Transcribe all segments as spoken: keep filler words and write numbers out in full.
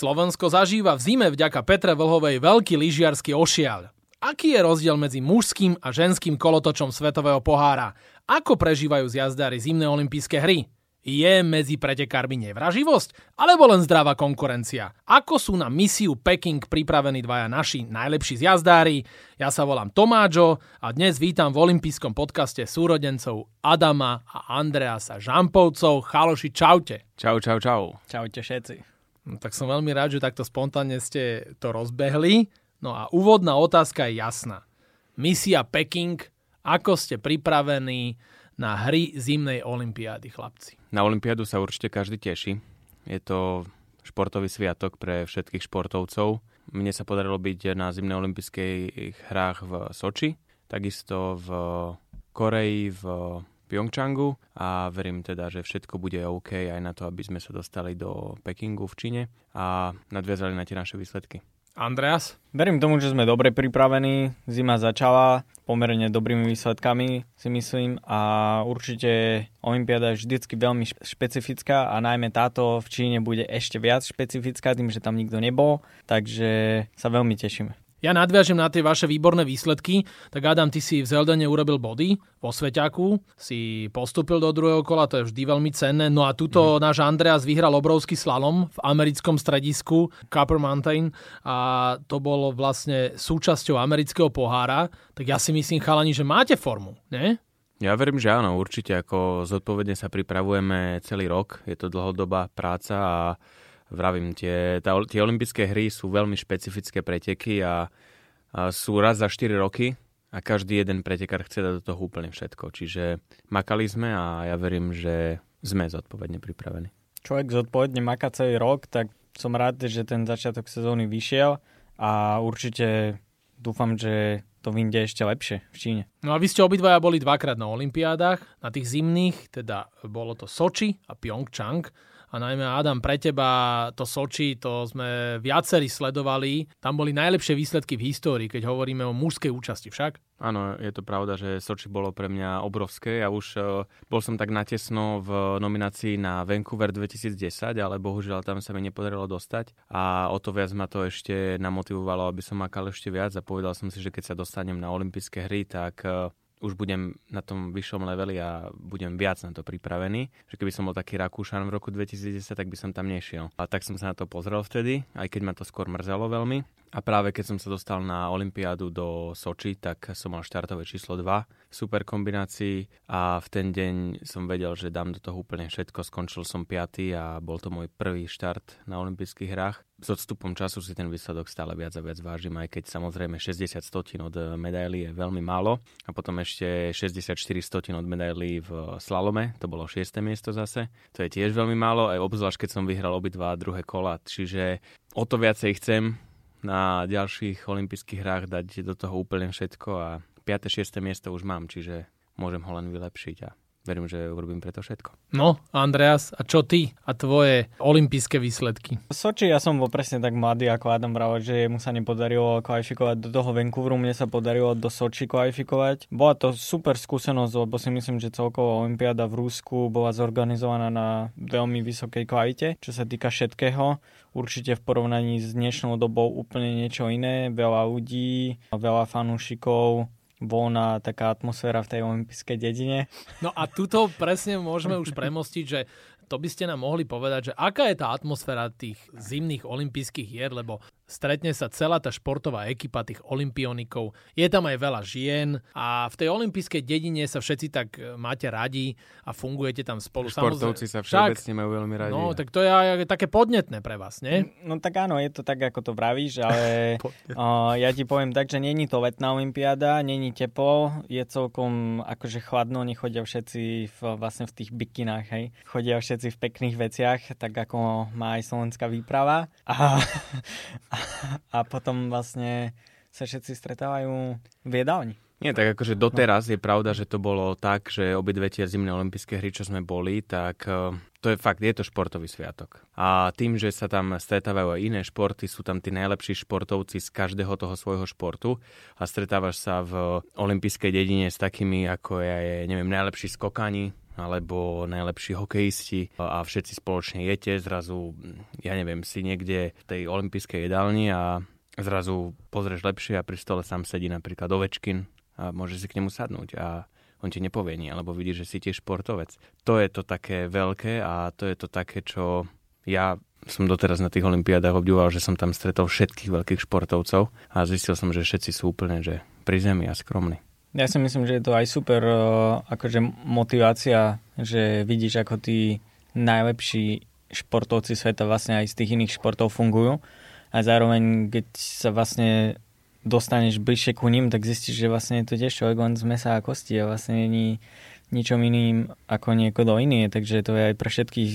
Slovensko zažíva v zime vďaka Petre Vlhovej veľký lyžiarsky ošiaľ. Aký je rozdiel medzi mužským a ženským kolotočom svetového pohára? Ako prežívajú jazdári zimné olympijské hry? Je medzi pretekármi nevraživosť? Alebo len zdravá konkurencia? Ako sú na misiu Peking pripravení dvaja naši najlepší jazdári? Ja sa volám Tomáčo a dnes vítam v olympijskom podcaste súrodencov Adama a Andreasa Žampovcov. Chaloši, čaute. Čau, čau, čau. Čaute všetci. No, tak som veľmi rád, že takto spontánne ste to rozbehli. No a úvodná otázka je jasná. Misia Peking, ako ste pripravení na hry zimnej olympiády, chlapci? Na olympiádu sa určite každý teší. Je to športový sviatok pre všetkých športovcov. Mne sa podarilo byť na zimnej olympijských hrách v Soči, takisto v Koreji, v Pyeongchangu a verím teda, že všetko bude OK aj na to, aby sme sa dostali do Pekingu v Číne a nadviazali na tie naše výsledky. Andreas? Verím tomu, že sme dobre pripravení. Zima začala pomerne dobrými výsledkami, si myslím. A určite olympiáda je vždycky veľmi špecifická a najmä táto v Číne bude ešte viac špecifická, tým, že tam nikto nebol. Takže sa veľmi tešíme. Ja nadviažem na tie vaše výborné výsledky. Tak Adam, ty si v Zeldene urobil body, vo Sveťaku si postúpil do druhého kola, to je vždy veľmi cenné. No a tuto mm. náš Andreas vyhral obrovský slalom v americkom stredisku Copper Mountain a to bolo vlastne súčasťou amerického pohára. Tak ja si myslím, chalani, že máte formu, ne? Ja verím, že áno, určite ako zodpovedne sa pripravujeme celý rok. Je to dlhodobá práca a vravím, tie, tá, tie olympijské hry sú veľmi špecifické preteky a, a sú raz za štyri roky a každý jeden pretekár chce dať do toho úplne všetko. Čiže makali sme a ja verím, že sme zodpovedne pripravení. Človek zodpovedne maká celý rok, tak som rád, že ten začiatok sezóny vyšiel a určite dúfam, že to vyjde ešte lepšie v Číne. No a vy ste obidvaja boli dvakrát na olympiádach, na tých zimných, teda bolo to Soči a Pyeongchang. A najmä Adam, pre teba to Soči, to sme viacerí sledovali. Tam boli najlepšie výsledky v histórii, keď hovoríme o mužskej účasti však. Áno, je to pravda, že Soči bolo pre mňa obrovské. Ja už uh, bol som tak natesno v nominácii na Vancouver dvetisícdesať, ale bohužiaľ tam sa mi nepodarilo dostať. A o to viac ma to ešte namotivovalo, aby som makal ešte viac a povedal som si, že keď sa dostanem na olympijské hry, tak Uh, už budem na tom vyššom leveli a budem viac na to pripravený. Že keby som bol taký Rakúšan v roku dvetisícdesať, tak by som tam nešiel. A tak som sa na to pozrel vtedy, aj keď ma to skôr mrzelo veľmi. A práve keď som sa dostal na olympiádu do Soči, tak som mal štartové číslo dva v super kombinácii a v ten deň som vedel, že dám do toho úplne všetko. Skončil som piaty a bol to môj prvý štart na olympijských hrách. S odstupom času si ten výsledok stále viac a viac vážim, aj keď samozrejme šesťdesiat stotín od medailí je veľmi málo. A potom ešte šesťdesiatštyri stotín od medailí v slalome, to bolo šieste miesto zase. To je tiež veľmi málo, aj obzvlášť keď som vyhral obidva druhé kola. Čiže o to viacej chcem na ďalších olympijských hrách dať do toho úplne všetko a piate šieste miesto už mám, čiže môžem ho len vylepšiť a verím, že urobím preto všetko. No, Andreas, a čo ty a tvoje olympijské výsledky? V Soči ja som bol presne tak mladý ako Adam Bravo, že mu sa nepodarilo kvalifikovať do toho Vancouveru, mne sa podarilo do Soči kvalifikovať. Bola to super skúsenosť, lebo si myslím, že celková olympiáda v Rusku bola zorganizovaná na veľmi vysokej kvalite, čo sa týka všetkého. Určite v porovnaní s dnešnou dobou úplne niečo iné, veľa ľudí, veľa fanúšikov, voľná taká atmosféra v tej olympijskej dedine. No a tuto presne môžeme už premostiť, že to by ste nám mohli povedať, že aká je tá atmosféra tých zimných olympijských hier, lebo stretne sa celá tá športová ekipa tých olympionikov. Je tam aj veľa žien a v tej olympijskej dedine sa všetci tak máte radi a fungujete tam spolu. Športovci sa všeobecne majú veľmi radi. No, tak to je aj také podnetné pre vás, nie? No tak áno, je to tak, ako to vravíš, ale uh, ja ti poviem tak, že není to letná olympiáda, není teplo, je celkom akože chladno, nechodia všetci v, vlastne v tých bikinách, hej. Chodia všetci v pekných veciach, tak ako má aj slovenská výprava. A, a potom vlastne sa všetci stretávajú v jedálni. Nie, tak akože doteraz je pravda, že to bolo tak, že obidve tie zimné olympijské hry, čo sme boli, tak to je fakt, je to športový sviatok. A tým, že sa tam stretávajú aj iné športy, sú tam tí najlepší športovci z každého toho svojho športu a stretávaš sa v olympijskej dedine s takými, ako je, neviem, najlepší skokani alebo najlepší hokejisti a všetci spoločne jete, zrazu, ja neviem, si niekde v tej olympijskej jedálni a zrazu pozrieš lepšie a pri stole sám sedí napríklad Ovečkin a môže si k nemu sadnúť a on ti nepovie nie, alebo vidí, že si tiež športovec. To je to také veľké a to je to také, čo ja som doteraz na tých olympiádach obdivoval, že som tam stretol všetkých veľkých športovcov a zistil som, že všetci sú úplne že pri zemi a skromní. Ja si myslím, že je to aj super akože motivácia, že vidíš, ako tí najlepší športovci sveta vlastne aj z tých iných športov fungujú a zároveň, keď sa vlastne dostaneš bližšie ku ním, tak zistíš, že vlastne je to tiež človek len z mesa a kosti a vlastne není ničom iným ako niekoho iný. Takže to je aj pre všetkých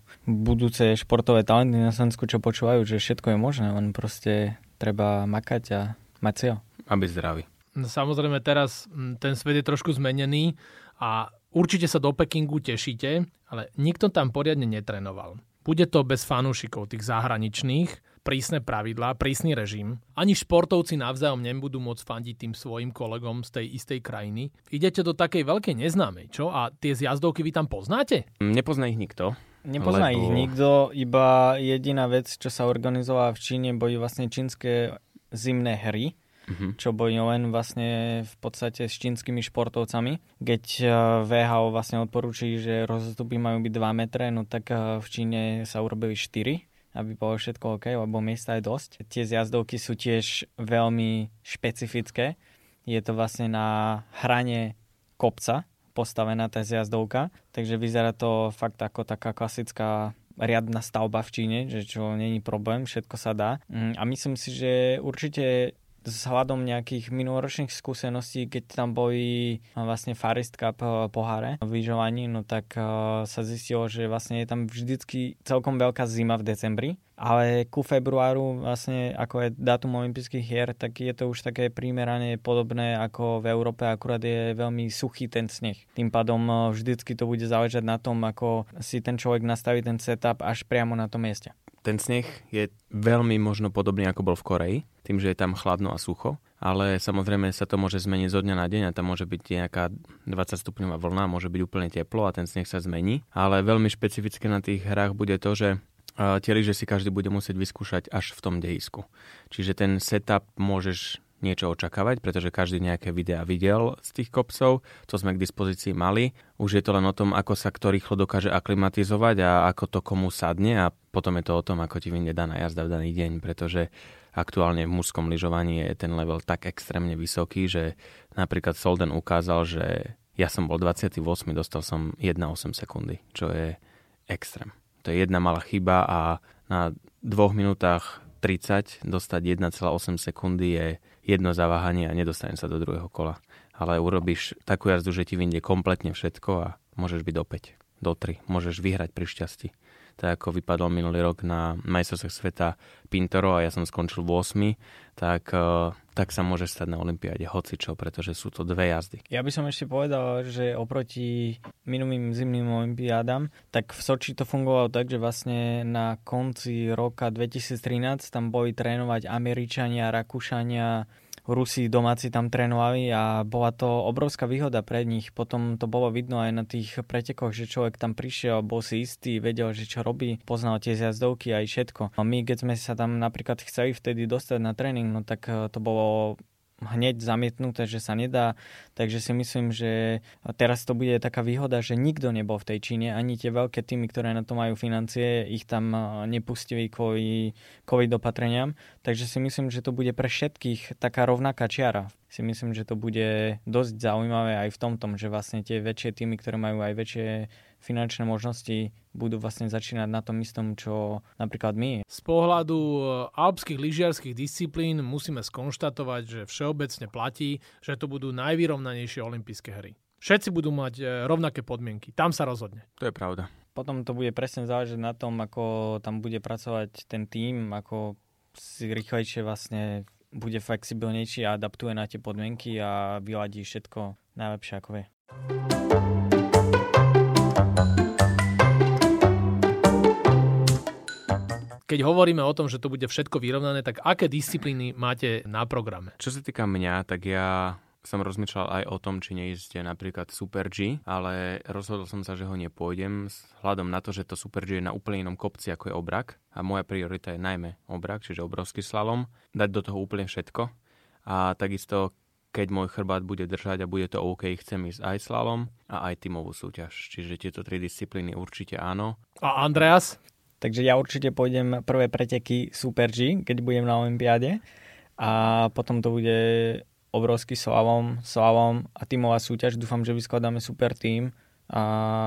budúce športové talenty na Slovensku, čo počúvajú, že všetko je možné, len proste treba makať a mať cieľ. Aby zdraví. Samozrejme teraz ten svet je trošku zmenený a určite sa do Pekingu tešíte, ale nikto tam poriadne netrénoval. Bude to bez fanúšikov tých zahraničných, prísne pravidlá, prísny režim. Ani športovci navzájom nebudú môcť fandiť tým svojim kolegom z tej istej krajiny. Idete do takej veľkej neznámej, čo? A tie zjazdovky vy tam poznáte? Nepozná ich nikto. Nepozná lebo... ich nikto, iba jediná vec, čo sa organizovala v Číne, boli vlastne čínske zimné hry, uh-huh. čo boli len vlastne v podstate s čínskymi športovcami. Keď vé há ó vlastne odporúči, že rozstupy majú byť dva metre, no tak v Číne sa urobili štyri, aby bolo všetko OK, lebo miesta je dosť. Tie zjazdovky sú tiež veľmi špecifické. Je to vlastne na hrane kopca postavená tá zjazdovka, takže vyzerá to fakt ako taká klasická riadna stavba v Číne, že čo není problém, všetko sa dá. A myslím si, že určite vzhľadom nejakých minuloročných skúseností, keď tam boli vlastne Farist Cup poháre v lyžovaní, no tak uh, sa zistilo, že vlastne je tam vždycky celkom veľká zima v decembri, ale ku februáru vlastne ako je dátum olympijských hier, tak je to už také primerane podobné ako v Európe, akurát je veľmi suchý ten sneh. Tým pádom uh, vždycky to bude záležať na tom, ako si ten človek nastaví ten setup až priamo na tom mieste. Ten sneh je veľmi možno podobný, ako bol v Koreji, tým, že je tam chladno a sucho, ale samozrejme sa to môže zmeniť zo dňa na deň a tam môže byť nejaká dvadsať stupňová vlna, môže byť úplne teplo a ten sneh sa zmení, ale veľmi špecifické na tých hrách bude to, že tie lyže si každý bude musieť vyskúšať až v tom dejisku. Čiže ten setup môžeš niečo očakávať, pretože každý nejaké videá videl z tých kopcov, to sme k dispozícii mali. Už je to len o tom, ako sa kto rýchlo dokáže aklimatizovať a ako to komu sadne a potom je to o tom, ako ti vyjde daná jazda v daný deň, pretože aktuálne v mužskom lyžovaní je ten level tak extrémne vysoký, že napríklad Solden ukázal, že ja som bol dvadsiaty ôsmy, dostal som jedna celá osem sekundy, čo je extrém. To je jedna malá chyba a na dvoch minútach tridsať dostať jedna celá osem sekundy je jedno zaváhanie a nedostane sa do druhého kola. Ale urobíš takú jazdu, že ti vyjde kompletne všetko a môžeš byť do päť, do tri. Môžeš vyhrať pri šťastí. Tak ako vypadol minulý rok na majstrovstvách sveta Pintoro a ja som skončil v ôsmy, tak, tak sa môže stať na olympiáde hocičo, pretože sú to dve jazdy. Ja by som ešte povedal, že oproti minulým zimným olympiádam, tak v Soči to fungovalo tak, že vlastne na konci roka dvetisíctrinásť tam boli trénovať Američania, Rakúšania, Rusi domáci tam trénovali a bola to obrovská výhoda pre nich. Potom to bolo vidno aj na tých pretekoch, že človek tam prišiel, bol si istý, vedel, že čo robí, poznal tie zjazdovky aj všetko. A my, keď sme sa tam napríklad chceli vtedy dostať na tréning, no tak to bolo hneď zamietnuté, že sa nedá. Takže si myslím, že teraz to bude taká výhoda, že nikto nebol v tej Číne, ani tie veľké týmy, ktoré na to majú financie, ich tam nepustili kvôli covid opatreniam. Takže si myslím, že to bude pre všetkých taká rovnaká čiara. Si myslím, že to bude dosť zaujímavé aj v tomto, že vlastne tie väčšie týmy, ktoré majú aj väčšie finančné možnosti, budú vlastne začínať na tom istom, čo napríklad my. Z pohľadu alpských lyžiarskych disciplín musíme skonštatovať, že všeobecne platí, že to budú najvyrovnanejšie olympijské hry. Všetci budú mať rovnaké podmienky. Tam sa rozhodne. To je pravda. Potom to bude presne záležať na tom, ako tam bude pracovať ten tím, ako si rýchlejšie vlastne bude flexibilnejší a adaptuje na tie podmienky a vyladí všetko najlepšie, ako vie. Keď hovoríme o tom, že to bude všetko vyrovnané, tak aké disciplíny máte na programe? Čo sa týka mňa, tak ja som rozmýšľal aj o tom, či neísť napríklad Super G, ale rozhodol som sa, že ho nepôjdem vzhľadom na to, že to Super G je na úplne inom kopci, ako je Obrak. A moja priorita je najmä Obrak, čiže obrovský slalom. Dať do toho úplne všetko. A takisto, keď môj chrbát bude držať a bude to OK, chcem ísť aj slalom a aj tímovú súťaž. Čiže tieto tri disciplíny určite áno. A Andreas? Takže ja určite pôjdem prvé preteky Super G, keď budem na olympiáde. A potom to bude obrovský slalom, slalom a tímová súťaž. Dúfam, že vyskladáme super tím a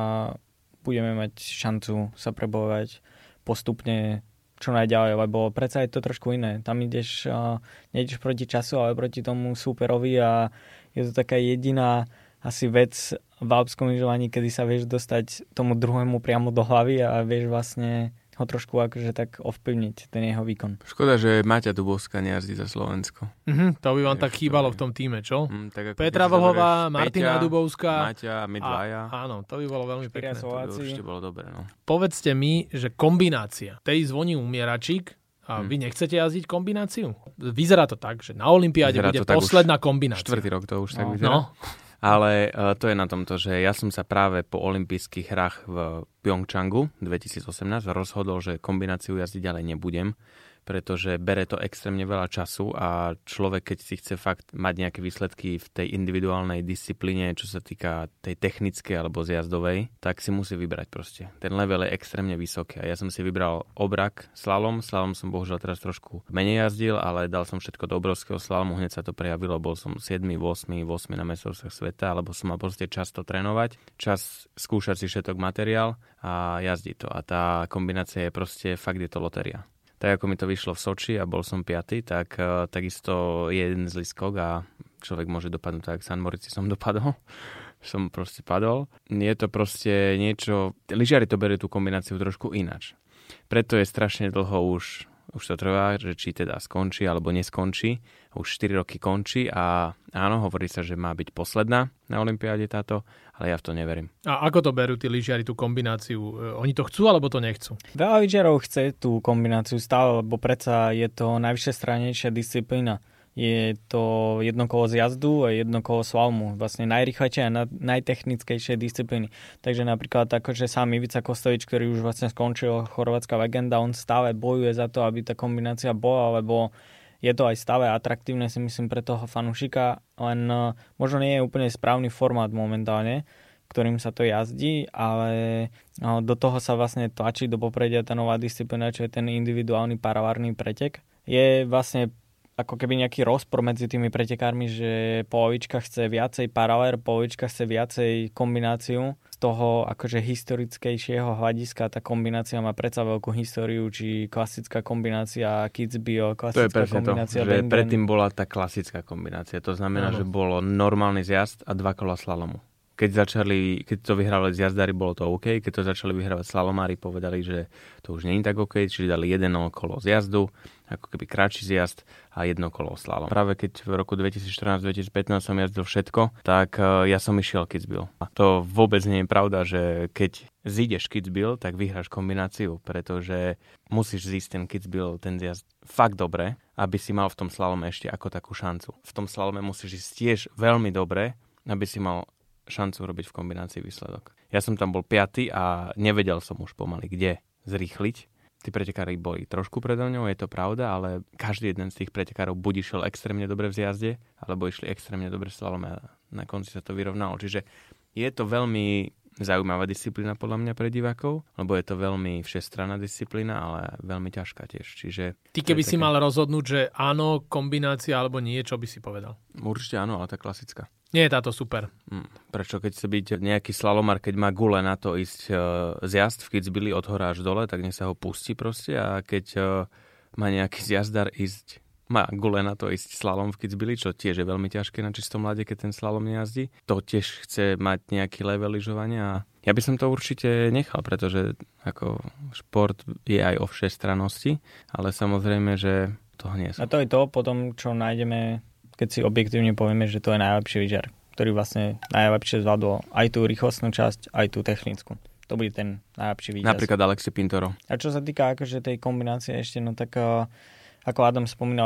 budeme mať šancu sa prebojovať postupne čo najďalej, lebo predsa je to trošku iné. Tam ideš, uh, nejdeš proti času, ale proti tomu superovi a je to taká jediná asi vec v alpskom lyžovaní, kedy sa vieš dostať tomu druhému priamo do hlavy a vieš vlastne ho trošku akože tak ovplyvniť, ten jeho výkon. Škoda, že Maťa Dubovská nejazdí za Slovensko. Mm-hmm, to by vám tak chýbalo v tom týme, čo? Mm, tak Petra Vlhová, Martina Peťa, Dubovská. Maťa, my dvaja. Áno, to by bolo veľmi pekné. To by určite bolo dobre, no. Povedzte mi, že kombinácia. Tej zvoní umieračík a hmm. vy nechcete jazdiť kombináciu? Vyzerá to tak, že na olympiáde bude posledná kombinácia. Štvrtý rok to už no. tak vyzerá. No. Ale uh, to je na tomto, že ja som sa práve po olympijských hrách v Pyeongchangu dvetisícosemnásť rozhodol, že kombináciu jazdiť ďalej nebudem, pretože bere to extrémne veľa času a človek, keď si chce fakt mať nejaké výsledky v tej individuálnej disciplíne, čo sa týka tej technickej alebo zjazdovej, tak si musí vybrať proste. Ten level je extrémne vysoký a ja som si vybral Obrak, slalom. Slalom som bohužiaľ teraz trošku menej jazdil, ale dal som všetko do obrovského slalomu, hneď sa to prejavilo, bol som siedmy, ôsmy, ôsmy na mestrovstvách sveta, alebo som mal proste často trénovať, čas skúšať si všetok materiál a jazdiť to. A tá kombinácia je proste, fakt je to lotéria. Tak ako mi to vyšlo v Soči a bol som piaty, tak uh, takisto je jeden zlískok a človek môže dopadnúť tak, ako San Morici som dopadol. som proste padol. Je to proste niečo, lyžiari to berú tú kombináciu trošku ináč. Preto je strašne dlho už, už to trvá, že či teda skončí alebo neskončí. Už štyri roky končí a áno, hovorí sa, že má byť posledná na olympiáde táto, ale ja v to neverím. A ako to berú tí lyžiari, tú kombináciu? Oni to chcú alebo to nechcú? Veľa lyžiarov chce tú kombináciu stále, lebo predsa je to najvyššie stranejšia disciplína. Je to jedno kolo z jazdu a jedno kolo slalomu. Vlastne najrýchlejšie a na, najtechnickejšie disciplíny. Takže napríklad akože sám Ivica Kostovič, ktorý už vlastne skončil, chorvátska legenda, on stále bojuje za to, aby tá kombinácia bola, lebo je to aj stále atraktívne, si myslím, pre toho fanúšika, len uh, možno nie je úplne správny formát momentálne, ktorým sa to jazdí, ale uh, do toho sa vlastne tlačí do popredia tá nová disciplína, čo je ten individuálny paravárny pretek. Je vlastne ako keby nejaký rozpor medzi tými pretekármi, že polovička chce viacej paralér, polovička chce viacej kombináciu. Z toho akože historickejšieho hľadiska tá kombinácia má predsa veľkú históriu, či klasická kombinácia Kitzbühel, klasická kombinácia to, že predtým bola tá klasická kombinácia. To znamená, ano. Že bolo normálny zjazd a dva kola slalomu. Keď začali, keď to vyhrávali zjazdári, bolo to OK. Keď to začali vyhrávať slalomári, povedali, že to už nie je tak OK, čiže dali jeden kolo zjazdu, ako keby kratší zjazd a jedno kolo slalom. Práve keď v roku dvetisícštrnásť dvetisícpätnásť som jazdil všetko, tak ja som išiel Kitzbühel. A to vôbec nie je pravda, že keď zídeš Kitzbühel, tak vyhráš kombináciu, pretože musíš zísť ten Kitzbühel, ten zjazd fakt dobre, aby si mal v tom slalome ešte ako takú šancu. V tom slalome musíš ísť tiež veľmi dobre, aby si mal šancu robiť v kombinácii výsledok. Ja som tam bol piaty a nevedel som už pomaly, kde zrýchliť. Tí pretekári boli trošku predo mňou, je to pravda, ale každý jeden z tých pretekárov buď išiel extrémne dobre v zjazde, alebo išli extrémne dobre v slalome a na konci sa to vyrovnalo. Čiže je to veľmi zaujímavá disciplína podľa mňa pre divákov, lebo je to veľmi všestranná disciplína, ale veľmi ťažká tiež. Čiže ty keby si také... mal rozhodnúť, že áno, kombinácia alebo nie, čo by si povedal? Určite áno, ale tá klasická. Nie je táto super. Hmm. Prečo keď chce byť nejaký slalomár, keď má gule na to ísť uh, zjazd v Kitzbüheli od hora až dole, tak nech sa ho pustí proste a keď uh, má nejaký zjazdár ísť, má gule na to ísť slalom v Kitzbüheli, čo tiež je veľmi ťažké na čistom ľade, keď ten slalom nejazdí. To tiež chce mať nejaký level lyžovania a ja by som to určite nechal, pretože ako šport je aj o všestrannosti, ale samozrejme, že toho nie sú. A to je to potom, čo nájdeme, keď si objektívne povieme, že to je najlepší lyžiar, ktorý vlastne najlepšie zvládol aj tú rýchlostnú časť, aj tú technickú. To bude ten najlepší víťaz. Napríklad Alexi Pintoro. A čo sa týka akože tej kombinácie ešte, no tak uh, ako Adam spomínal,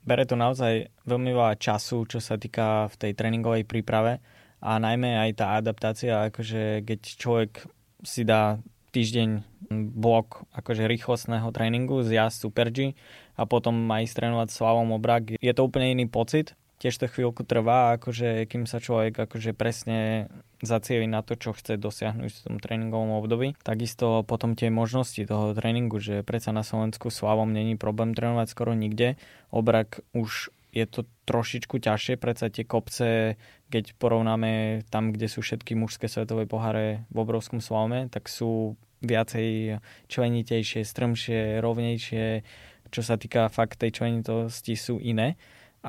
Bere to naozaj veľmi veľa času, čo sa týka v tej tréningovej príprave a najmä aj tá adaptácia, akože keď človek si dá týždeň blok akože rýchlostného tréningu z jazd Super G a potom má ísť trénovať s Slavom Obrak, je to úplne iný pocit. Tiež to chvíľku trvá, akože kým sa človek akože presne zacieli na to, čo chce dosiahnuť v tom tréningovom období. Takisto potom tie možnosti toho tréningu, že predsa na Slovensku Slavom není problém trénovať skoro nikde. Obrak už je to trošičku ťažšie, predsa tie kopce, keď porovnáme tam, kde sú všetky mužské svetové poháre v obrovskom slalome, tak sú viacej členitejšie, strmšie, rovnejšie. Čo sa týka fakt tej členitosti sú iné.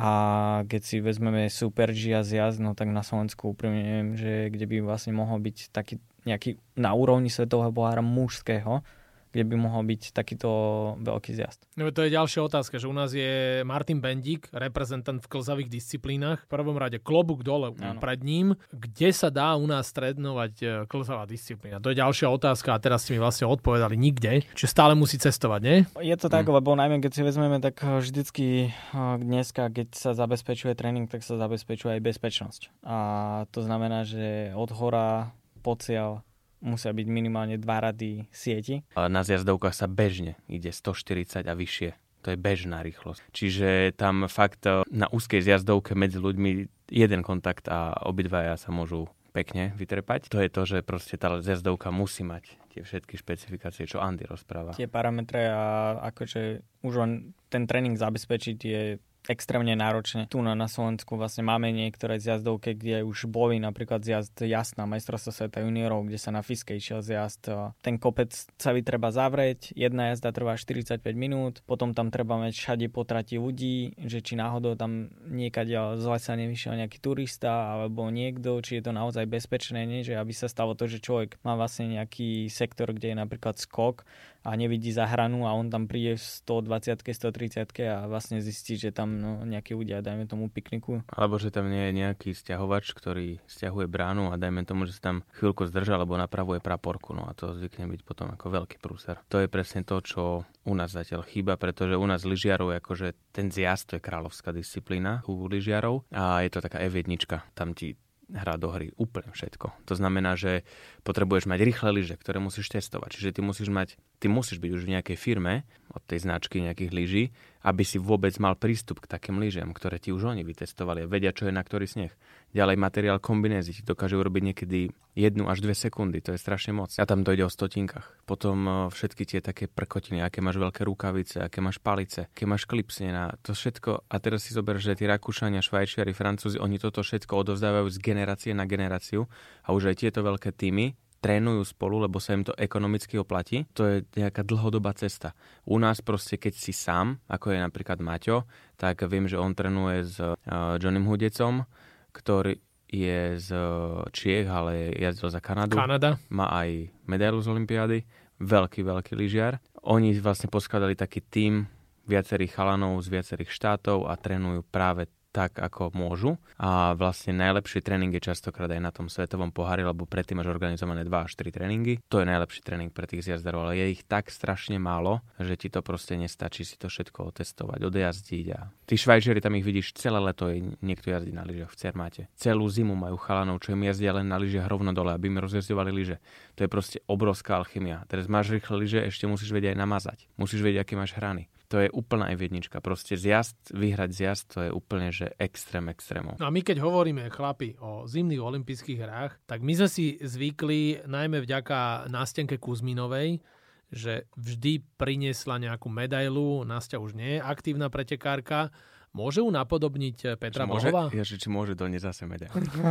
A keď si vezmeme Super G a zjazd, no tak na Slovensku úprimne neviem, že kde by vlastne mohol byť taký nejaký na úrovni svetového pohára mužského, kde by mohol byť takýto veľký zjazd. No to je ďalšia otázka, že u nás je Martin Bendík, reprezentant v klzavých disciplínach. V prvom rade klobúk dole ano. Pred ním. Kde sa dá u nás strednovať klzavá disciplína? To je ďalšia otázka a teraz ste mi vlastne odpovedali nikde. Čiže stále musí cestovať, nie? Je to tak, hmm. lebo najmä keď si vezmeme, tak vždycky dneska, keď sa zabezpečuje tréning, tak sa zabezpečuje aj bezpečnosť. A to znamená, že od hora po cieľ musia byť minimálne dva rady sieti. Na zjazdovkách sa bežne ide stoštyridsať a vyššie. To je bežná rýchlosť. Čiže tam fakt na úzkej zjazdovke medzi ľuďmi jeden kontakt a obidvaja sa môžu pekne vytrepať. To je to, že proste tá zjazdovka musí mať tie všetky špecifikácie, čo Andy rozpráva. Tie parametre a akože už len ten tréning zabezpečiť je extrémne náročné. Tu na, na Slovensku vlastne máme niektoré zjazdovky, kde už boli napríklad zjazd Jasná, majstrovstvá sveta juniorov, kde sa na Fiske išiel zjazd. Ten kopec celý treba zavrieť, jedna jazda trvá štyridsaťpäť minút, potom tam treba mať všade po trati ľudí, že či náhodou tam niekade z lesa nevyšiel nejaký turista alebo niekto, či je to naozaj bezpečné, nie? Že aby sa stalo to, že človek má vlastne nejaký sektor, kde je napríklad skok a nevidí za hranu a on tam príde v stodvadsiatke, stotridsiatke a vlastne zistí, že tam no, nejakí ľudia, dajme tomu pikniku. Alebo že tam nie je nejaký sťahovač, ktorý sťahuje bránu a dajme tomu, že sa tam chvíľku zdrža, alebo napravuje praporku. No a to zvykne byť potom ako veľký prúser. To je presne to, čo u nás zatiaľ chýba, pretože u nás lyžiarov je akože ten zjazd, to je kráľovská disciplína u lyžiarov a je to taká ef jedna. Tam ti hrá do hry úplne všetko. To znamená, že potrebuješ mať rýchle lyže, ktoré musíš testovať. Čiže ty musíš mať, ty musíš byť už v nejakej firme od tej značky nejakých lyží, aby si vôbec mal prístup k takým lyžiam, ktoré ti už oni vytestovali a vedia, čo je na ktorý sneh. Ďalej materiál kombinézy ti dokáže urobiť niekedy jednu až dve sekundy, to je strašne moc. A tam dojde o stotinkách. Potom všetky tie také prkotiny, aké máš veľké rukavice, aké máš palice, aké máš klipsne na to všetko. A teraz si zober, že tí Rakúšania, Švajčiari, Francúzi, oni toto všetko odovzdávajú z generácie na generáciu a už aj tieto veľké týmy trénujú spolu, lebo sa im to ekonomicky oplatí. To je nejaká dlhodobá cesta. U nás proste, keď si sám, ako je napríklad Maťo, tak viem, že on trénuje s uh, Johnnym Hudecom, ktorý je z Čiech, ale jazdil za Kanadu. Kanada. Má aj medailu z olympiády. Veľký, veľký lyžiar. Oni vlastne poskladali taký tím viacerých chalanov z viacerých štátov a trénujú práve tak, ako môžu. A vlastne najlepší tréning je častokrát aj na tom svetovom pohári, lebo predtým máš organizované dva až tri tréningy. To je najlepší tréning pre tých zjazdarov, ale je ich tak strašne málo, že ti to proste nestačí si to všetko otestovať, odjazdiť. A tí Švajčiari, tam ich vidíš celé leto, je niekto jazdí na lyžiach v Cermáte. Celú zimu majú chalanov, čo im jazdia len na lyžiach rovno dole, aby im rozjazdovali lyže. To je proste obrovská alchymia. Teraz máš rýchle lyže, ešte musíš vedieť aj namazať. Musíš vedieť, aké máš hrany. To je úplná ef jedna. Proste zjazd, vyhrať zjazd, to je úplne, že extrém extrémov. No a my keď hovoríme, chlapi, o zimných olympijských hrách, tak my sme si zvykli, najmä vďaka Nástenke Kuzminovej, že vždy priniesla nejakú medailu. Nastia už nie je aktívna pretekárka. Môže ju napodobniť Petra Vlhová? Ježi, či môže doniesť zase medailu?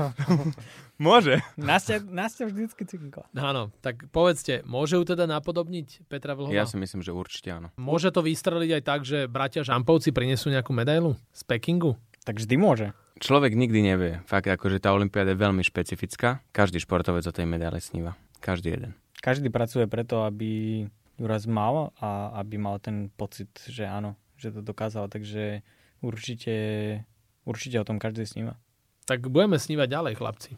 Môže. Nastia, Nastia vždycky cinkla. Áno, tak povedzte, môže ju teda napodobniť Petra Vlhová? Ja si myslím, že určite áno. Môže to vystreliť aj tak, že bratia Žampovci prinesú nejakú medailu z Pekingu? Tak vždy môže. Človek nikdy nevie. Fakt, akože tá olympiáda je veľmi špecifická. Každý športovec o tej medaile sníva. Každý jeden. Každý pracuje preto, aby ju raz mal a aby mal ten pocit, že áno, že to dokázal. Takže určite, určite o tom každý sníva. Tak budeme snívať ďalej, chlapci.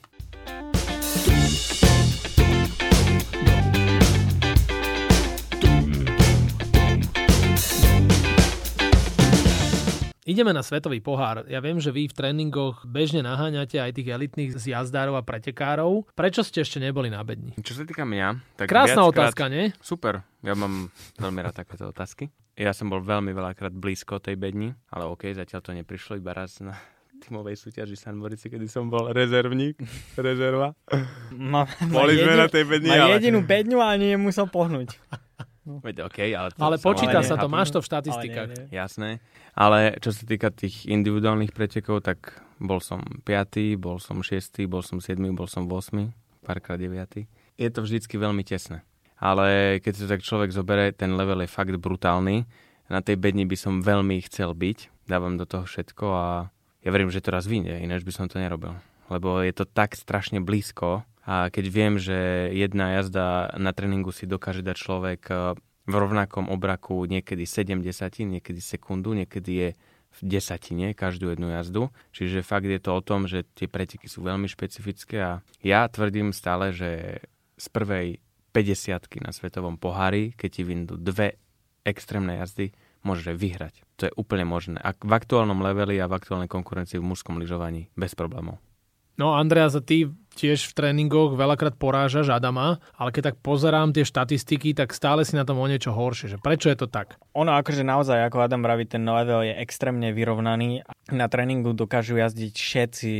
ideme na svetový pohár. Ja viem, že vy v tréningoch bežne naháňate aj tých elitných zjazdárov a pretekárov. Prečo ste ešte neboli na bedni? Čo sa týka mňa, tak krásna viackrát... otázka, nie? Super, ja mám veľmi rád takéto otázky. Ja som bol veľmi veľakrát blízko tej bedni, ale okej, okay, zatiaľ to neprišlo, iba raz na tímovej súťaži San Morici, kedy som bol rezervník, rezerva. Ma, Boli sme jedin, na tej bedni, má ale... jedinú bedňu a ani nemusel pohnúť. Veď, okay, ale, to ale počíta sa to, nechápem. máš to v štatistikách. Ale nie, nie. Jasné, ale čo sa týka tých individuálnych pretekov, tak bol som piaty, bol som šiestý, bol som siedmy, bol som ôsmy, párkrát deviaty. Je to vždycky veľmi tesné. Ale keď sa tak človek zoberie, ten level je fakt brutálny. Na tej bedni by som veľmi chcel byť, dávam do toho všetko a ja verím, že to raz vyjde, ináč by som to nerobil. Lebo je to tak strašne blízko. A keď viem, že jedna jazda na tréningu si dokáže dať človek v rovnakom obraku niekedy sedem desatín, niekedy sekundu, niekedy je v desatine každú jednu jazdu. Čiže fakt je to o tom, že tie preteky sú veľmi špecifické a ja tvrdím stále, že z prvej päťdesiatky na svetovom pohári, keď ti vyjdú dve extrémne jazdy, môžeš vyhrať. To je úplne možné. A v aktuálnom leveli a v aktuálnej konkurencii v mužskom lyžovaní bez problémov. No Andreas, a ty tiež v tréningoch veľakrát porážaš Adama, ale keď tak pozerám tie štatistiky, tak stále si na tom o niečo horšie. Že prečo je to tak? Ono akože naozaj, ako Adam vraví, ten level je extrémne vyrovnaný. Na tréningu dokážu jazdiť všetci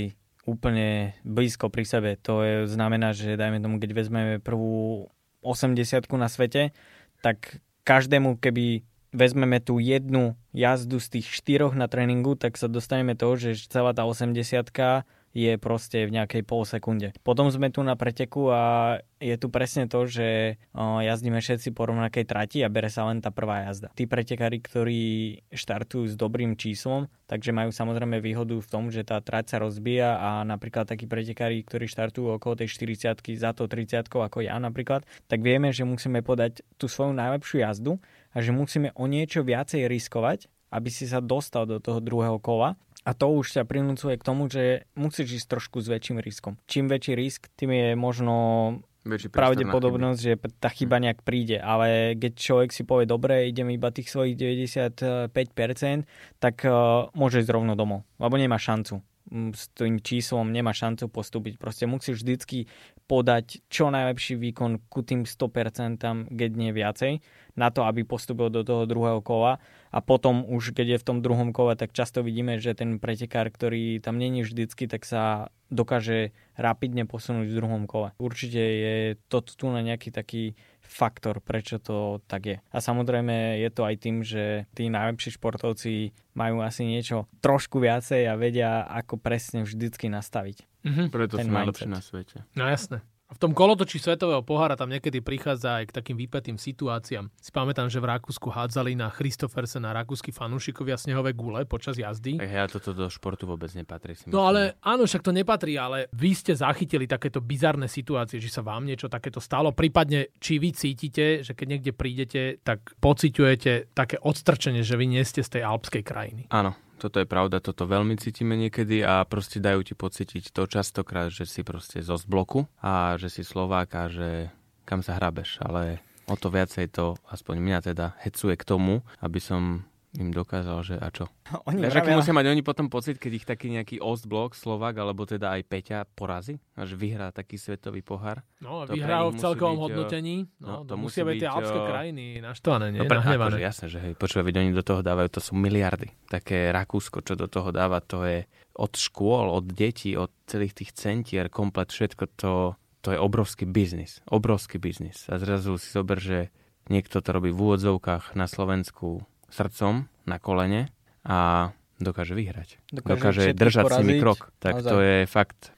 úplne blízko pri sebe. To je, znamená, že dajme tomu, keď vezmeme prvú osemdesiatku na svete, tak každému, keby vezmeme tú jednu jazdu z tých štyroch na tréningu, tak sa dostaneme toho, že celá tá osemdesiatka je proste v nejakej pol sekunde. Potom sme tu na preteku a je tu presne to, že jazdíme všetci po rovnakej trati a bere sa len tá prvá jazda. Tí pretekári, ktorí štartujú s dobrým číslom, takže majú samozrejme výhodu v tom, že tá trať sa rozbíja a napríklad takí pretekári, ktorí štartujú okolo tej štyridsiatky za to tridsiatkou ako ja napríklad, tak vieme, že musíme podať tú svoju najlepšiu jazdu a že musíme o niečo viacej riskovať, aby si sa dostal do toho druhého kola. A to už ťa prinúcuje k tomu, že musíš ísť trošku s väčším riskom. Čím väčší risk, tým je možno pravdepodobnosť, že tá chyba nejak príde. Ale keď človek si povie, dobre, idem iba tých svojich deväťdesiatpäť percent, tak uh, môže ísť rovno domov. Lebo nemá šancu. S tým číslom nemá šancu postúpiť. Proste musíš vždycky podať čo najlepší výkon ku tým sto percent, keď nie viacej, na to, aby postúpil do toho druhého kola. A potom už, keď je v tom druhom kole, tak často vidíme, že ten pretekár, ktorý tam není vždycky, tak sa dokáže rapidne posunúť v druhom kole. Určite je to tu na nejaký taký faktor, prečo to tak je. A samozrejme je to aj tým, že tí najlepší športovci majú asi niečo trošku viacej a vedia, ako presne vždycky nastaviť. Mm-hmm. Preto sú najlepší na svete. No jasné. A v tom kolotočí svetového pohára tam niekedy prichádza aj k takým výpätým situáciám. Si pamätám, že v Rakúsku hádzali na Christophersen a rakúsky fanúšikovia snehové gule počas jazdy. Ja toto do športu vôbec nepatrí. Si no ale áno, však to nepatrí, ale vy ste zachytili takéto bizarné situácie, že sa vám niečo takéto stalo. Prípadne, či vy cítite, že keď niekde prídete, tak pociťujete také odstrčenie, že vy nie ste z tej alpskej krajiny. Áno. Toto je pravda, toto veľmi cítime niekedy a proste dajú ti pocítiť to častokrát, že si proste zo zbloku a že si Slovák a že kam sa hrabeš, ale o to viacej to, aspoň mňa teda, hecuje k tomu, aby som im dokázal, že a čo. Oni Vieš, aký musia mať oni potom pocit, keď ich taký nejaký Ostblok, Slovák, alebo teda aj Peťa porazí, až vyhrá taký svetový pohár. No, vyhrá v celkovom byť, hodnotení. No, no to musia byť tie alpské krajiny naštvané, nie? No, pre, akože, jasné, že hej, počúva, veď oni do toho dávajú, to sú miliardy. Také Rakúsko, čo do toho dáva, to je od škôl, od detí, od celých tých centier, komplet všetko, to, to je obrovský biznis. Obrovský biznis. A zrazu si zober, že niekto to robí v úvodzovkách na Slovensku srdcom na kolene a dokáže vyhrať. Dokáže, dokáže držať s nimi krok. Tak naozaj. To je fakt.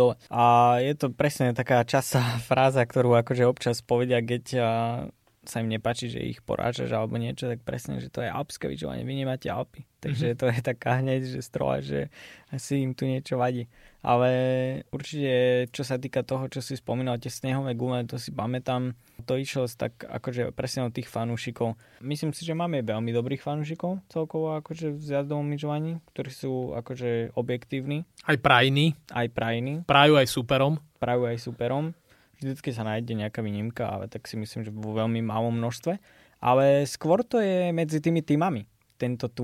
A je to presne taká častá fráza, ktorú akože občas povedia, keď sa im nepáči, že ich porážaš alebo niečo, tak presne, že to je alpské lyžovanie. Vy nemáte Alpy. Takže to je taká hneď, že stroha, že asi im tu niečo vadí. Ale určite, čo sa týka toho, čo si spomínal, tie snehové gule, to si pamätám, to išlo tak akože presne od tých fanúšikov. Myslím si, že máme veľmi dobrých fanúšikov celkovo akože v zjazdovom lyžovaní, ktorí sú akože objektívni. Aj prajní. Aj prajní. Prajú aj superom. Prajú aj superom. Vždycky sa nájde nejaká výnimka, ale tak si myslím, že vo veľmi malom množstve. Ale skôr to je medzi tými týmami. tento tu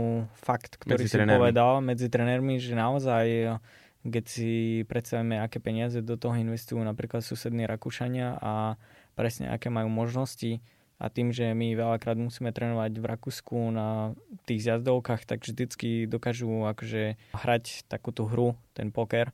fakt, ktorý medzi si trenérmi. povedal medzi trenérmi, že naozaj, keď si predstavíme, aké peniaze do toho investujú napríklad susední Rakúšania a presne aké majú možnosti a tým, že my veľakrát musíme trénovať v Rakúsku na tých zjazdovkách, tak vždycky dokážu akože hrať takúto hru, ten poker,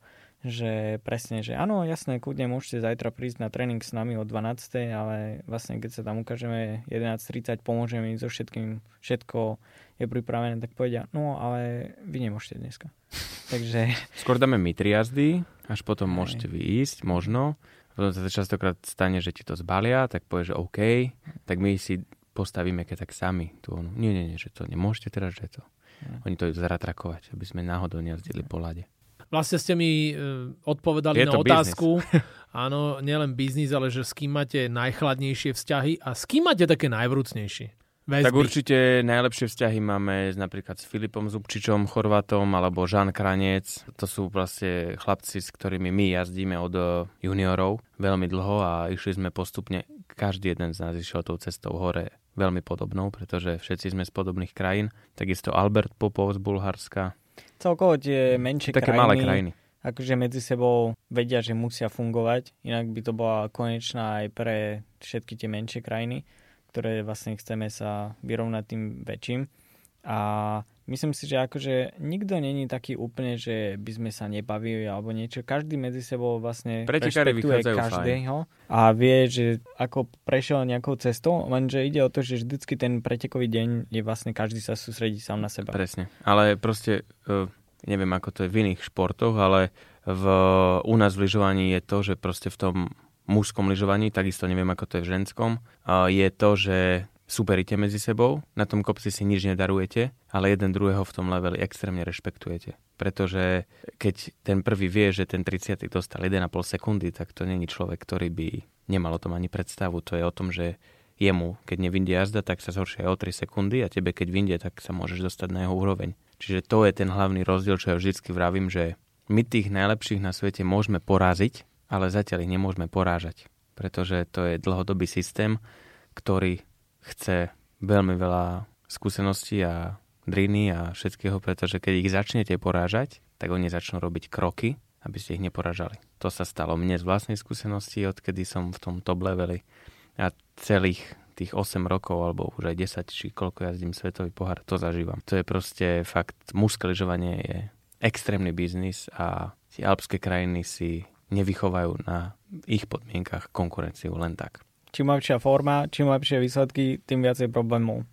že presne, že áno, jasné, kľudne môžete zajtra prísť na tréning s nami o dvanástej, ale vlastne keď sa tam ukážeme jedenásť tridsať, pomôžeme im so všetkým, všetko je pripravené, tak povedia, no ale vy nemôžete dneska. Takže... Skôr dáme my tri jazdy, až potom Aj. môžete vyísť, možno. Potom sa to častokrát stane, že ti to zbalia, tak povieš, že OK, tak my si postavíme keď tak sami. Tu onu. Nie, nie, nie, že to nemôžete teraz, že to. Ja. Oni to idú zaratrakovať, aby sme náhodou nejazdili po lade. Vlastne ste mi e, odpovedali Je na to otázku. Áno, nielen biznis, ale že s kým máte najchladnejšie vzťahy a s kým máte také najvrúcnejšie väzby? Tak určite najlepšie vzťahy máme napríklad s Filipom Zubčičom, Chorvátom, alebo Žan Kranec. To sú vlastne chlapci, s ktorými my jazdíme od juniorov veľmi dlho a išli sme postupne. Každý jeden z nás išiel tou cestou hore veľmi podobnou, pretože všetci sme z podobných krajín. Takisto Albert Popov z Bulharska. Celkovo tie menšie Také krajiny, malé krajiny. Akože medzi sebou vedia, že musia fungovať, inak by to bola konečná aj pre všetky tie menšie krajiny, ktoré vlastne chceme sa vyrovnať tým väčším. A myslím si, že akože nikto není taký úplne, že by sme sa nebavili alebo niečo. Každý medzi sebou vlastne Pretekári rešpektuje vychádzajú každého a vie, že ako prešiel nejakou cestou, lenže ide o to, že vždycky ten pretekový deň je vlastne každý sa sústredí sám na seba. Presne. Ale proste, uh, neviem ako to je v iných športoch, ale v, u nás v lyžovaní je to, že proste v tom mužskom lyžovaní, takisto neviem ako to je v ženskom, uh, je to, že superíte medzi sebou, na tom kopci si nič nedarujete, ale jeden druhého v tom leveli extrémne rešpektujete. Pretože keď ten prvý vie, že ten tridsiaty dostal jeden a pol sekundy, tak to není človek, ktorý by nemal o tom ani predstavu. To je o tom, že jemu, keď nevyndie jazda, tak sa zhoršia o tri sekundy a tebe, keď vyndie, tak sa môžeš dostať na jeho úroveň. Čiže to je ten hlavný rozdiel, čo ja vždycky vravím, že my tých najlepších na svete môžeme poraziť, ale zatiaľ ich nemôžeme porážať. Pretože to je dlhodobý systém, ktorý chce veľmi veľa skúseností a driny a všetkého, pretože keď ich začnete porážať, tak oni začnú robiť kroky, aby ste ich neporážali. To sa stalo mne z vlastnej skúsenosti, odkedy som v tom top leveli a celých tých osem rokov, alebo už aj desať, či koľko jazdím svetový pohár, to zažívam. To je proste fakt, mužské lyžovanie je extrémny biznis a tie alpské krajiny si nevychovajú na ich podmienkach konkurenciu len tak. Čím lepšia forma, čím lepšie výsledky, tým viacej problémov.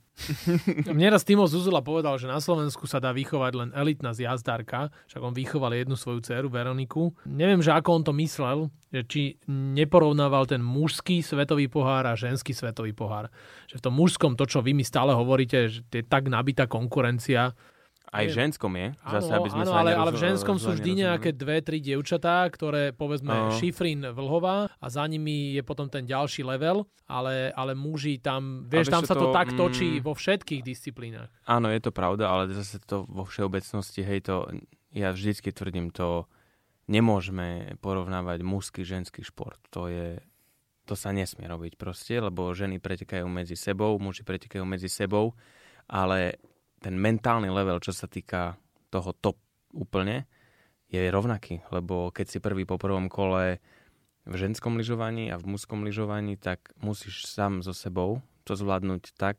Mne raz Timo Zuzula povedal, že na Slovensku sa dá vychovať len elitná zjazdárka, však on vychoval jednu svoju dceru, Veroniku. Neviem, že ako on to myslel, že či neporovnával ten mužský svetový pohár a ženský svetový pohár. Že v tom mužskom, to čo vy mi stále hovoríte, že je tak nabitá konkurencia. Aj v ženskom je. Zase, áno, aby sme áno, sa ale, neroz... ale v ženskom sú vždy nerozumeli. nejaké dve, tri dievčatá, ktoré povedzme no. Šifrin, Vlhová a za nimi je potom ten ďalší level, ale, ale muži tam, vieš, vieš, tam sa to, to tak točí mm, vo všetkých disciplínach. Áno, je to pravda, ale zase to vo všeobecnosti, hej, to ja vždycky tvrdím, to nemôžeme porovnávať mužský, ženský šport. To je, to sa nesmie robiť proste, lebo ženy pretekajú medzi sebou, muži pretekajú medzi sebou, ale ten mentálny level, čo sa týka toho top úplne, je rovnaký, lebo keď si prvý po prvom kole v ženskom lyžovaní a v mužskom lyžovaní, tak musíš sám so sebou to zvládnuť tak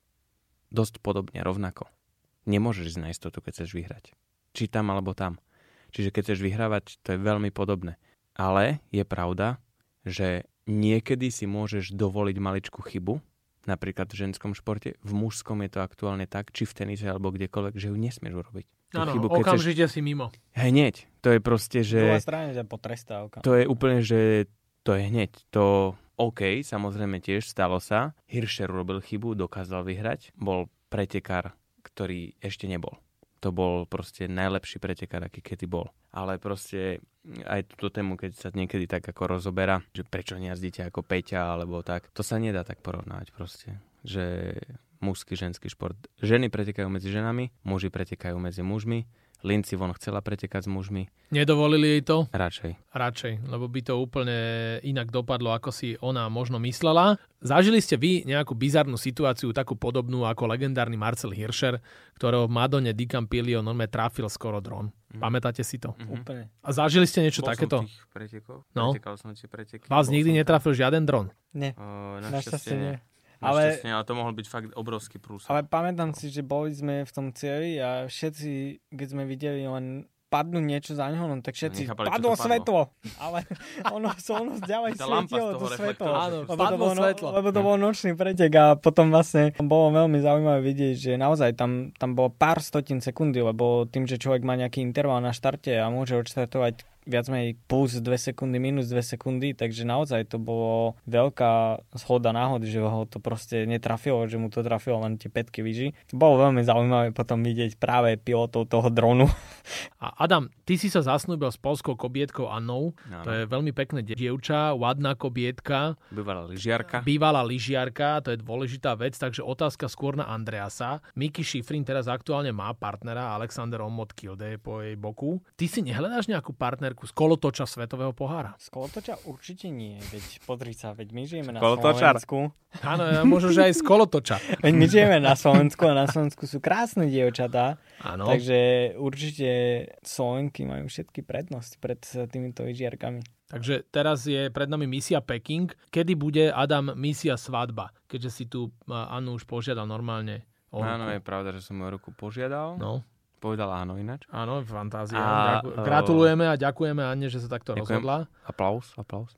dosť podobne, rovnako. Nemôžeš ísť na istotu, keď chceš vyhrať. Či tam, alebo tam. Čiže keď chceš vyhrávať, to je veľmi podobné. Ale je pravda, že niekedy si môžeš dovoliť maličkú chybu, napríklad v ženskom športe, v mužskom je to aktuálne tak, či v tenise alebo kdekoľvek, že ju nesmieš urobiť. Áno, okamžite chceš... si mimo. Hneď. To je proste, že... Druhá strana ťa potrestá. To je úplne, že to je hneď. To OK, samozrejme tiež stalo sa. Hirscher urobil chybu, dokázal vyhrať. Bol pretekár, ktorý ešte nebol. To bol proste najlepší pretekár, aký kedy bol. Ale proste aj túto tému, keď sa niekedy tak ako rozoberá, že prečo nejazdíte ako Peťa, alebo tak, to sa nedá tak porovnať proste. Že mužský, ženský šport. Ženy pretekajú medzi ženami, muži pretekajú medzi mužmi Lindsey von chcela pretekať s mužmi. Nedovolili jej to? Radšej. Radšej, lebo by to úplne inak dopadlo, ako si ona možno myslela. Zažili ste vy nejakú bizarnú situáciu, takú podobnú ako legendárny Marcel Hirscher, ktorého v Madone Di Campiglio normálne trafil skoro dron. Mm. Pamätáte si to? Mm-hmm. Úplne. A zažili ste niečo Bol takéto? Som tých pretekov. No. Pretekal som tie preteky. Vás nikdy netrafil žiaden dron? Nie. Uh, Našťastie nie. Ale, ale to mohol byť fakt obrovský prús. Ale pamätám si, že boli sme v tom cieli a všetci, keď sme videli len padnú niečo za neho, no tak všetci, Nechápali, padlo padlo. svetlo. Ale ono sa ono ďalej svietilo to svetlo. Áno, lebo to, padlo bolo, svetlo. lebo to bol nočný pretek a potom vlastne bolo veľmi zaujímavé vidieť, že naozaj tam, tam bolo pár stotín sekundy, lebo tým, že človek má nejaký interval na štarte a môže odštartovať viac menej plus dve sekundy, minus dve sekundy, takže naozaj to bolo veľká zhoda náhody, že ho to proste netrafilo, že mu to trafilo len tie pätky vyži. Bolo veľmi zaujímavé potom vidieť práve pilotov toho dronu. A Adam, ty si sa zasnúbil s polskou kobietkou Annou. No. To je veľmi pekné dievča, ladná kobietka. Bývalá lyžiarka. Bývalá lyžiarka, to je dôležitá vec, takže otázka skôr na Andreasa. Miki Šifrin teraz aktuálne má partnera, Alexander Omot Kilde po jej boku. Ty si nehľadáš nejakú partnerku z kolotoča Svetového pohára? Z kolotoča určite nie, veď podri sa, veď my žijeme na Kolotočar. Slovensku. Áno, ja možno, že aj z kolotoča. Veď my žijeme na Slovensku a na Slovensku sú krásne dievčatá. Áno. Takže určite Slovenky majú všetky prednosť pred týmito lyžiarkami. Takže teraz je pred nami misia Peking. Kedy bude, Adam, misia svadba? Keďže si tu Annu už požiadal normálne o ruku. Áno, je pravda, že som moju ruku požiadal. No. Povedal áno ináč. Áno, fantázia. A, Ďaku- gratulujeme a ďakujeme Anne, že sa takto ďakujem. rozhodla. Aplaus, aplaus.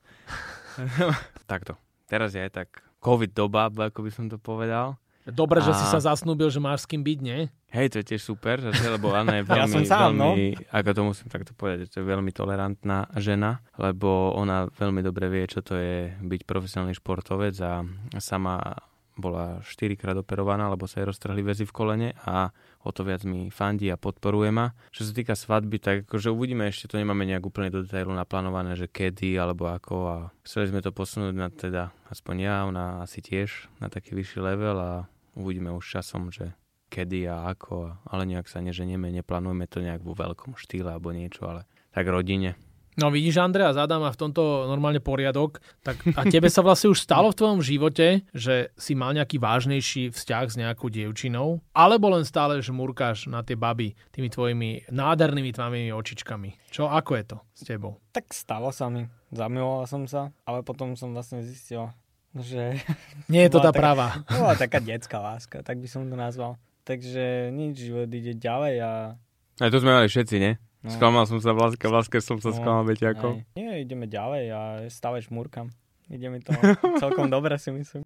Takto. Teraz je aj tak covid doba, ako by som to povedal. Dobre, že A- si sa zasnúbil, že máš s kým byť, nie? Hej, to je tiež super, zase, lebo Anna je veľmi, Ja som sám, veľmi, ako to musím takto povedať, že to je veľmi tolerantná žena, lebo ona veľmi dobre vie, čo to je byť profesionálny športovec a sama bola štyrikrát operovaná, lebo sa jej roztrhli väzy v kolene a o to viac mi fandí a podporuje ma. Čo sa týka svadby, tak akože uvidíme, ešte to nemáme nejak úplne do detailu naplánované, že kedy alebo ako a chceli sme to posunúť na teda, aspoň ja, ona asi tiež, na taký vyšší level a uvidíme už časom, že kedy a ako, ale nejak sa neženieme, neplánujeme to nejak vo veľkom štýle alebo niečo, ale tak rodine. No vidíš, Andrea, Adam má v tomto normálne poriadok. Tak a tebe sa vlastne už stalo v tvojom živote, že si mal nejaký vážnejší vzťah s nejakou dievčinou? Alebo len stále žmurkáš na tie baby tými tvojimi nádhernými tmavými očičkami? Čo, ako je to s tebou? Tak stalo sa mi. Zamiloval som sa, ale potom som vlastne zistil, že... Nie je to tá bola taká- pravá. Bola taká detská láska, tak by som to nazval. Takže nič, život ide ďalej a... Aj to sme mali všetci, nie? No. Sklamal som sa v láske, v láske som sa no, sklamal beťakom. Aj. Nie, ideme ďalej a stále žmúrkam. Ide mi to celkom dobre, si myslím.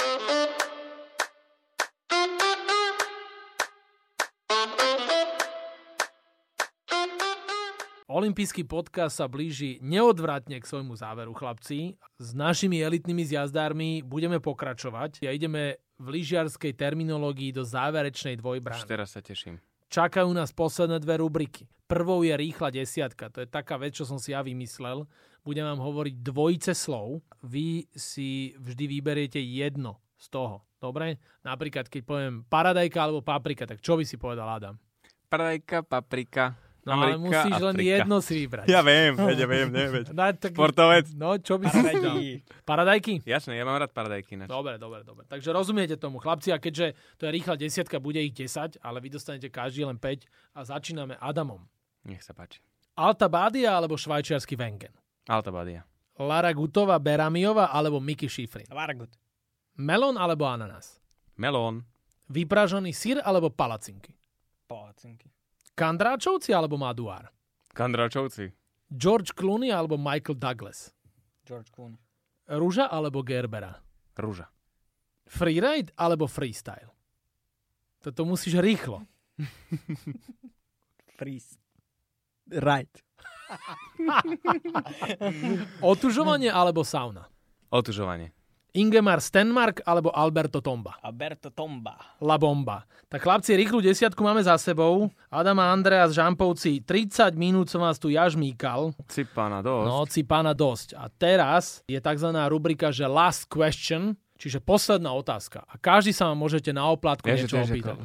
Olympijský podcast sa blíži neodvratne k svojmu záveru, chlapci. S našimi elitnými zjazdármi budeme pokračovať a ideme v lyžiarskej terminológii do záverečnej Už dvojbrány. teraz sa teším. Čakajú nás posledné dve rubriky. Prvou je rýchla desiatka. To je taká vec, čo som si ja vymyslel. Budem vám hovoriť dvojice slov. Vy si vždy vyberiete jedno z toho. Dobre? Napríklad, keď poviem paradajka alebo paprika, tak čo by si povedal, Adam? Paradajka, paprika, No ale Amerika, musíš len Afrika. jedno si vybrať. Ja viem, veď, ja viem, neviem. No, tak, Športovec. no, čo by si si dal? Paradajky? Jasné, ja mám rád paradajky ináč. Dobre, dobre, dobre. Takže rozumiete tomu, chlapci, a keďže to je rýchla desiatka, bude ich desať, ale vy dostanete každý len päť a začíname Adamom. Nech sa páči. Alta Badia alebo švajčiarsky Wengen? Alta Badia. Lara Gutová Beramiová alebo Miki Šifrin? Vargut. Melón alebo ananás? Melón. Vypražaný syr alebo palacinky? Palacinky. Kandráčovci alebo Maduár? Kandračovci. George Clooney alebo Michael Douglas? George Clooney. Ruža alebo Gerbera? Rúža. Freeride alebo freestyle? Toto musíš rýchlo. Freeze. Right. Otužovanie alebo sauna? Otužovanie. Ingemar Stenmark alebo Alberto Tomba? Alberto Tomba. La Bomba. Tak chlapci, rýchlu desiatku máme za sebou. Adam a Andreas Žampovci, tridsať minút som vás tu jažmíkal. Cipána dosť. No, cipána dosť. A teraz je takzvaná rubrika, že last question, čiže posledná otázka. A každý sa vám môžete na oplátku Ja, že niečo to je, že opýtať. ako,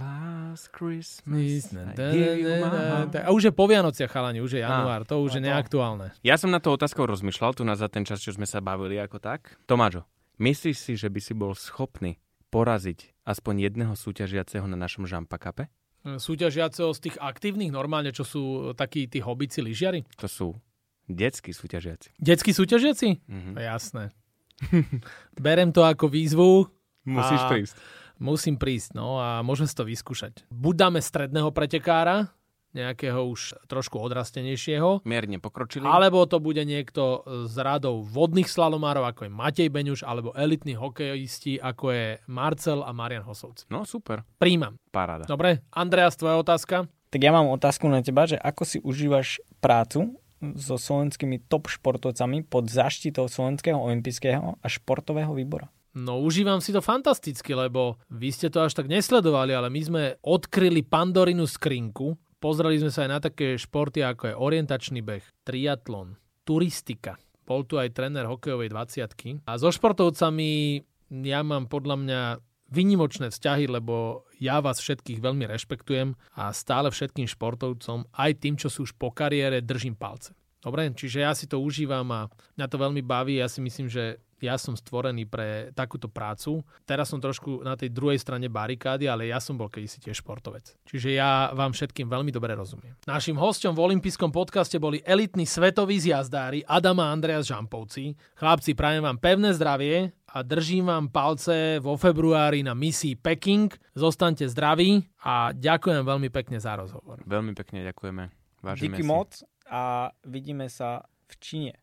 Last Christmas, I Da, gave you da, my da, heart. da. A už je po Vianociach, chalani, už je január, to už je to. neaktuálne. Ja som na to otázkou rozmýšľal, tu na za ten čas, čo sme sa bavili ako tak. Tomáčo, myslíš si, že by si bol schopný poraziť aspoň jedného súťažiaceho na našom Jumpa Cupe? Súťažiaceho z tých aktívnych normálne, čo sú takí tí hobici lyžiari? To sú detskí súťažiaci. Detskí súťažiaci? Mhm. Jasné. Berem to ako výzvu. Musíš A- prísť. Musím prísť, no a môžem si to vyskúšať. Buď dáme stredného pretekára, nejakého už trošku odrastenejšieho, Mierne pokročili. alebo to bude niekto z radov vodných slalomárov, ako je Matej Beňuš, alebo elitní hokejisti, ako je Marcel a Marian Hosovci. No super, Príjmam. paráda. Dobre, Andreas, tvoja otázka? Tak ja mám otázku na teba, že ako si užívaš prácu so slovenskými top športovcami pod záštitou Slovenského olympijského a športového výbora? No užívam si to fantasticky, lebo vy ste to až tak nesledovali, ale my sme odkryli Pandorinu skrinku. Pozreli sme sa aj na také športy, ako je orientačný beh, triatlon, turistika. Bol tu aj tréner hokejovej dvadsiatky. A so športovcami ja mám podľa mňa výnimočné vzťahy, lebo ja vás všetkých veľmi rešpektujem a stále všetkým športovcom, aj tým, čo sú už po kariére, držím palce. Dobre, čiže ja si to užívam a mňa to veľmi baví. Ja si myslím, že ja som stvorený pre takúto prácu. Teraz som trošku na tej druhej strane barikády, ale ja som bol kedysi tiež športovec. Čiže ja vám všetkým veľmi dobre rozumiem. Naším hosťom v olympijskom podcaste boli elitní svetoví zjazdári Adam a Andreas Žampovci. Chlapci, prajem vám pevné zdravie a držím vám palce vo februári na misii Peking. Zostaňte zdraví a ďakujem veľmi pekne za rozhovor. Veľmi pekne ďakujeme. Vážime Díky si. moc a vidíme sa v Číne.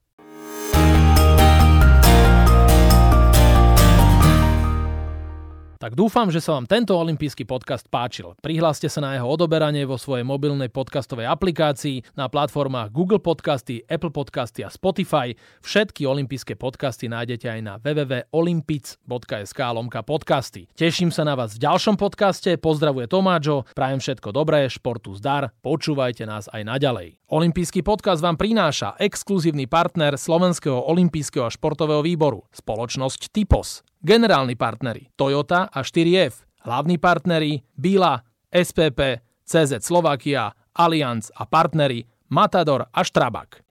Tak dúfam, že sa vám tento olympijský podcast páčil. Prihláste sa na jeho odoberanie vo svojej mobilnej podcastovej aplikácii na platformách Google Podcasty, Apple Podcasty a Spotify. Všetky olympijské podcasty nájdete aj na w w w bodka olympic bodka es ká lomka podcasty. Teším sa na vás v ďalšom podcaste. Pozdravuje Tomáčo, prajem všetko dobré, športu zdar, počúvajte nás aj naďalej. Olympijský podcast vám prináša exkluzívny partner Slovenského olympijského a športového výboru, spoločnosť Typos. Generálni partneri Toyota a štyri ef, hlavní partneri Bila, es pé pé, cé zet Slovakia, Allianz a partneri Matador a Strabag.